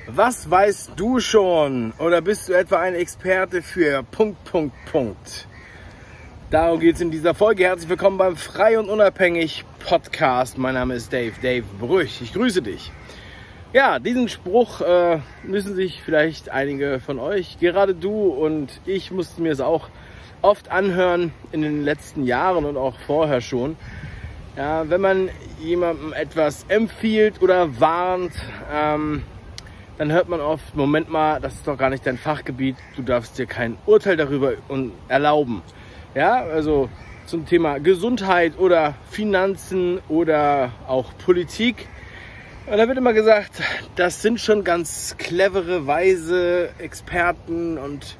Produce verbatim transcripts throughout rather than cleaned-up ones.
Was weißt du schon? Oder bist du etwa ein Experte für Punkt, Punkt, Punkt? Darum geht es in dieser Folge. Herzlich willkommen beim Frei und Unabhängig Podcast. Mein Name ist Dave, Dave Brüch. Ich grüße dich. Ja, diesen Spruch äh, müssen sich vielleicht einige von euch, gerade du und ich, mussten mir es auch oft anhören in den letzten Jahren und auch vorher schon. Ja, wenn man jemandem etwas empfiehlt oder warnt, ähm, dann hört man oft, Moment mal, das ist doch gar nicht dein Fachgebiet, du darfst dir kein Urteil darüber erlauben. Ja, also zum Thema Gesundheit oder Finanzen oder auch Politik. Und da wird immer gesagt, das sind schon ganz clevere, weise Experten und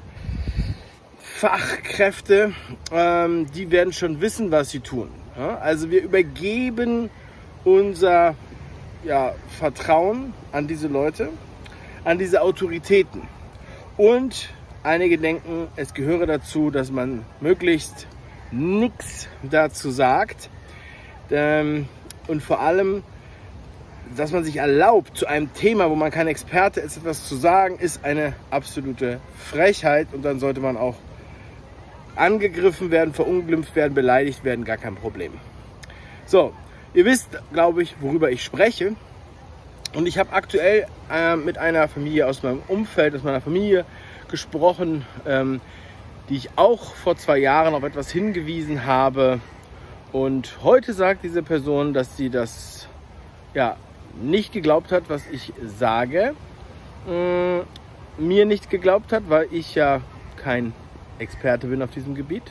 Fachkräfte, ähm, die werden schon wissen, was sie tun. Ja, also wir übergeben unser ja, Vertrauen an diese Leute, an diese Autoritäten. Und einige denken, es gehöre dazu, dass man möglichst nichts dazu sagt. Ähm, und vor allem, dass man sich erlaubt, zu einem Thema, wo man kein Experte ist, etwas zu sagen, ist eine absolute Frechheit. Und dann sollte man auch angegriffen werden, verunglimpft werden, beleidigt werden, gar kein Problem. So, ihr wisst, glaube ich, worüber ich spreche. Und ich habe aktuell äh, mit einer Familie aus meinem Umfeld, aus meiner Familie gesprochen, ähm, die ich auch vor zwei Jahren auf etwas hingewiesen habe. Und heute sagt diese Person, dass sie das ja nicht geglaubt hat, was ich sage. Äh, mir nicht geglaubt hat, weil ich ja kein Experte bin auf diesem Gebiet.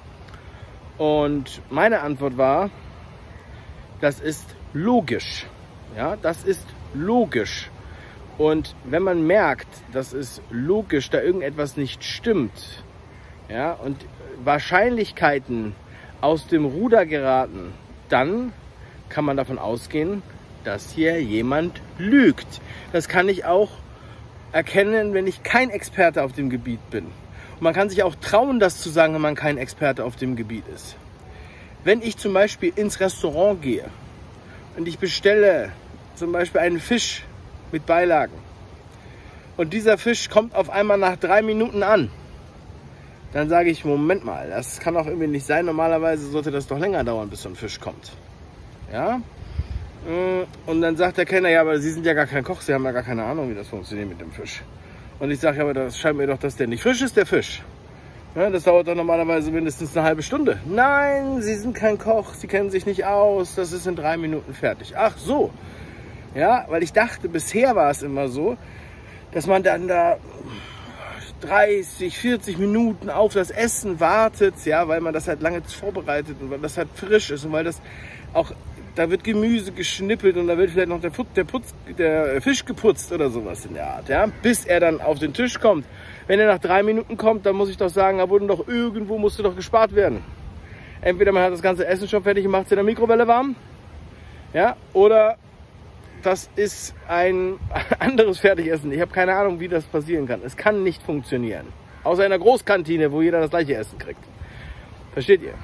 Und meine Antwort war, das ist logisch. Ja, das ist logisch. Und wenn man merkt, dass es logisch, da irgendetwas nicht stimmt, ja, und Wahrscheinlichkeiten aus dem Ruder geraten, dann kann man davon ausgehen, dass hier jemand lügt. Das kann ich auch erkennen, wenn ich kein Experte auf dem Gebiet bin. Und man kann sich auch trauen, das zu sagen, wenn man kein Experte auf dem Gebiet ist. Wenn ich zum Beispiel ins Restaurant gehe und ich bestelle zum Beispiel einen Fisch mit Beilagen und dieser Fisch kommt auf einmal nach drei Minuten an, dann sage ich, Moment mal, das kann doch irgendwie nicht sein. Normalerweise sollte das doch länger dauern, bis so ein Fisch kommt. Ja? Und dann sagt der Kellner, ja, aber Sie sind ja gar kein Koch, Sie haben ja gar keine Ahnung, wie das funktioniert mit dem Fisch. Und ich sage, ja, aber das scheint mir doch, dass der nicht frisch ist, der Fisch. Ja, das dauert doch normalerweise mindestens eine halbe Stunde. Nein, Sie sind kein Koch, Sie kennen sich nicht aus, das ist in drei Minuten fertig. Ach so. Ja, weil ich dachte, bisher war es immer so, dass man dann da dreißig, vierzig Minuten auf das Essen wartet, ja, weil man das halt lange vorbereitet und weil das halt frisch ist und weil das auch, da wird Gemüse geschnippelt und da wird vielleicht noch der, Putz, der, Putz, der Fisch geputzt oder sowas in der Art, ja, bis er dann auf den Tisch kommt. Wenn er nach drei Minuten kommt, dann muss ich doch sagen, da wurden doch irgendwo, musste doch gespart werden. Entweder man hat das ganze Essen schon fertig und macht es in der Mikrowelle warm, ja, oder das ist ein anderes Fertigessen. Ich habe keine Ahnung, wie das passieren kann. Es kann nicht funktionieren. Außer in einer Großkantine, wo jeder das gleiche Essen kriegt. Versteht ihr?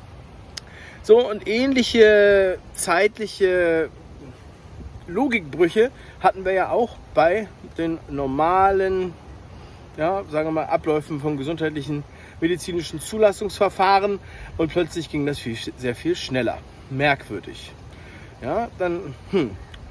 So, und ähnliche zeitliche Logikbrüche hatten wir ja auch bei den normalen, ja, sagen wir mal, Abläufen von gesundheitlichen, medizinischen Zulassungsverfahren. Und plötzlich ging das viel, sehr viel schneller. Merkwürdig. Ja, dann, hm.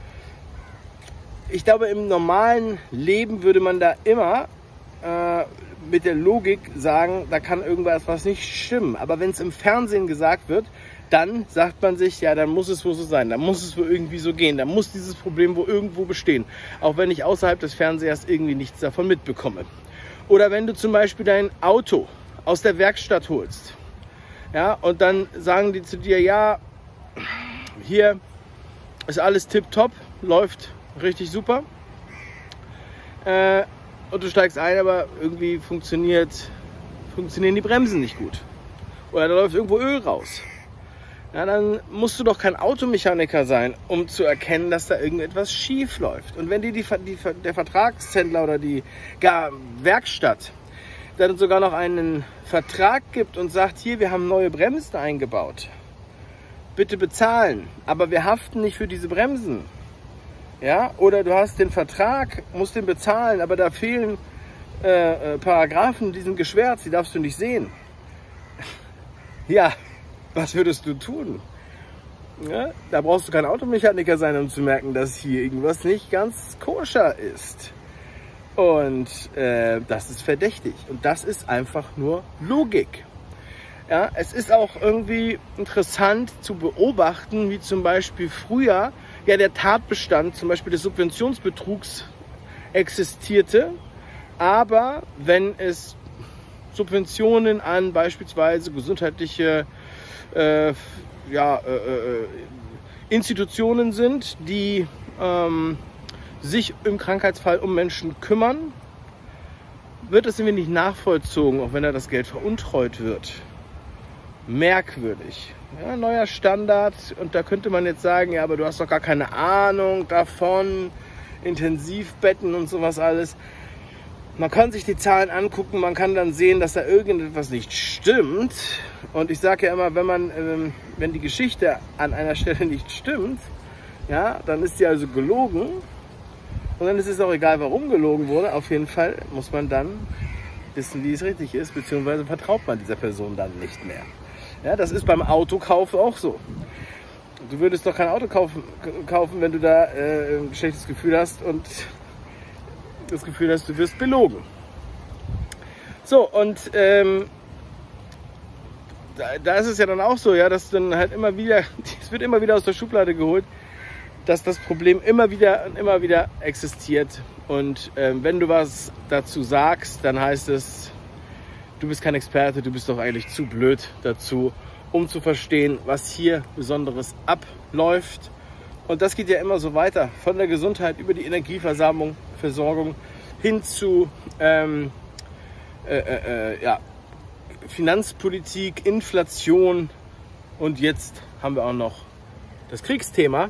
Ich glaube, im normalen Leben würde man da immer äh, mit der Logik sagen, da kann irgendwas was nicht stimmen. Aber wenn es im Fernsehen gesagt wird, dann sagt man sich, ja, dann muss es wohl so sein, dann muss es wohl irgendwie so gehen, dann muss dieses Problem wohl irgendwo bestehen. Auch wenn ich außerhalb des Fernsehers irgendwie nichts davon mitbekomme. Oder wenn du zum Beispiel dein Auto aus der Werkstatt holst, ja, und dann sagen die zu dir, ja, hier ist alles tipptopp, läuft richtig super. Äh, und du steigst ein, aber irgendwie funktioniert, funktionieren die Bremsen nicht gut. Oder da läuft irgendwo Öl raus. Ja, dann musst du doch kein Automechaniker sein, um zu erkennen, dass da irgendetwas schief läuft. Und wenn dir die, die, der Vertragshändler oder die gar Werkstatt dann sogar noch einen Vertrag gibt und sagt, hier, wir haben neue Bremsen eingebaut, bitte bezahlen, aber wir haften nicht für diese Bremsen. Ja? Oder du hast den Vertrag, musst den bezahlen, aber da fehlen äh, äh, Paragraphen, die sind geschwärzt, die darfst du nicht sehen. Ja, was würdest du tun? Ja? Da brauchst du kein Automechaniker sein, um zu merken, dass hier irgendwas nicht ganz koscher ist. Und äh, das ist verdächtig. Und das ist einfach nur Logik. Ja, es ist auch irgendwie interessant zu beobachten, wie zum Beispiel früher ja der Tatbestand zum Beispiel des Subventionsbetrugs existierte. Aber wenn es Subventionen an beispielsweise gesundheitliche äh, ja, äh, äh, Institutionen sind, die ähm, sich im Krankheitsfall um Menschen kümmern, wird es irgendwie nicht nachvollzogen, auch wenn da das Geld veruntreut wird. Merkwürdig. Ja, neuer Standard, und da könnte man jetzt sagen, ja, aber du hast doch gar keine Ahnung davon, Intensivbetten und sowas alles. Man kann sich die Zahlen angucken, man kann dann sehen, dass da irgendetwas nicht stimmt. Und ich sage ja immer, wenn man, ähm, wenn die Geschichte an einer Stelle nicht stimmt, ja, dann ist sie also gelogen. Und dann ist es auch egal, warum gelogen wurde. Auf jeden Fall muss man dann wissen, wie es richtig ist, beziehungsweise vertraut man dieser Person dann nicht mehr. Ja, das ist beim Autokauf auch so. Du würdest doch kein Auto kaufen, kaufen wenn du da äh, ein schlechtes Gefühl hast und das Gefühl hast, du wirst belogen. So, und ähm, da, da ist es ja dann auch so, ja, dass dann halt immer wieder, es wird immer wieder aus der Schublade geholt, dass das Problem immer wieder und immer wieder existiert. Und ähm, wenn du was dazu sagst, dann heißt es, du bist kein Experte, du bist doch eigentlich zu blöd dazu, um zu verstehen, was hier Besonderes abläuft. Und das geht ja immer so weiter, von der Gesundheit über die Energieversorgung Versorgung, hin zu ähm, äh, äh, ja, Finanzpolitik, Inflation, und jetzt haben wir auch noch das Kriegsthema.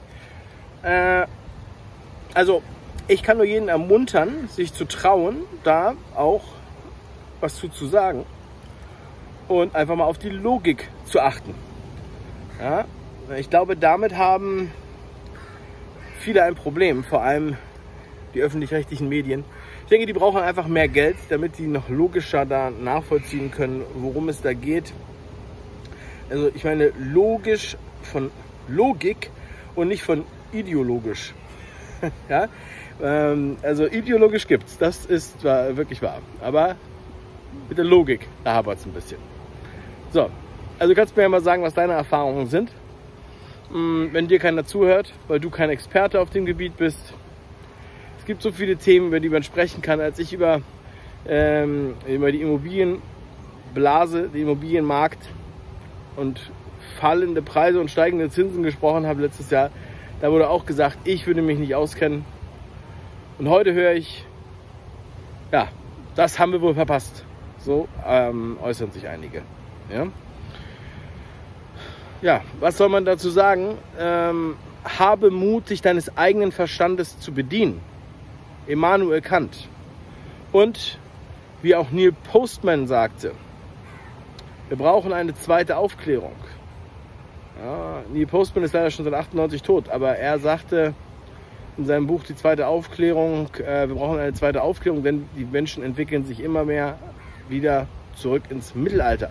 Äh, also ich kann nur jeden ermuntern, sich zu trauen, da auch was zu, zu sagen und einfach mal auf die Logik zu achten. Ja, ich glaube, damit haben viele ein Problem, vor allem die öffentlich-rechtlichen Medien. Ich denke, die brauchen einfach mehr Geld, damit die noch logischer da nachvollziehen können, worum es da geht. Also ich meine logisch von Logik und nicht von ideologisch. Ja? Ähm, also ideologisch gibt's, das ist zwar wirklich wahr, aber mit der Logik, da hapert es ein bisschen. So, also kannst du mir ja mal sagen, was deine Erfahrungen sind. Wenn dir keiner zuhört, weil du kein Experte auf dem Gebiet bist. Es gibt so viele Themen, über die man sprechen kann, als ich über, ähm, über die Immobilienblase, den Immobilienmarkt und fallende Preise und steigende Zinsen gesprochen habe letztes Jahr. Da wurde auch gesagt, ich würde mich nicht auskennen. Und heute höre ich, ja, das haben wir wohl verpasst. So ähm, äußern sich einige. Ja? Ja, was soll man dazu sagen? Ähm, habe Mut, dich deines eigenen Verstandes zu bedienen. Immanuel Kant. Und wie auch Neil Postman sagte, wir brauchen eine zweite Aufklärung. Ja, Neil Postman ist leider schon seit achtundneunzig tot, aber er sagte in seinem Buch Die zweite Aufklärung, äh, wir brauchen eine zweite Aufklärung, denn die Menschen entwickeln sich immer mehr wieder zurück ins Mittelalter.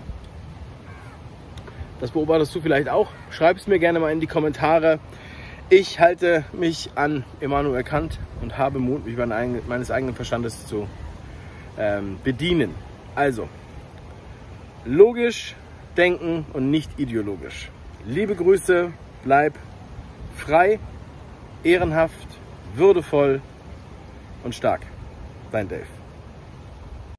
Das beobachtest du vielleicht auch. Schreib es mir gerne mal in die Kommentare. Ich halte mich an Immanuel Kant und habe Mut, mich meines eigenen Verstandes zu ähm, bedienen. Also, logisch denken und nicht ideologisch. Liebe Grüße, bleib frei, ehrenhaft, würdevoll und stark. Dein Dave.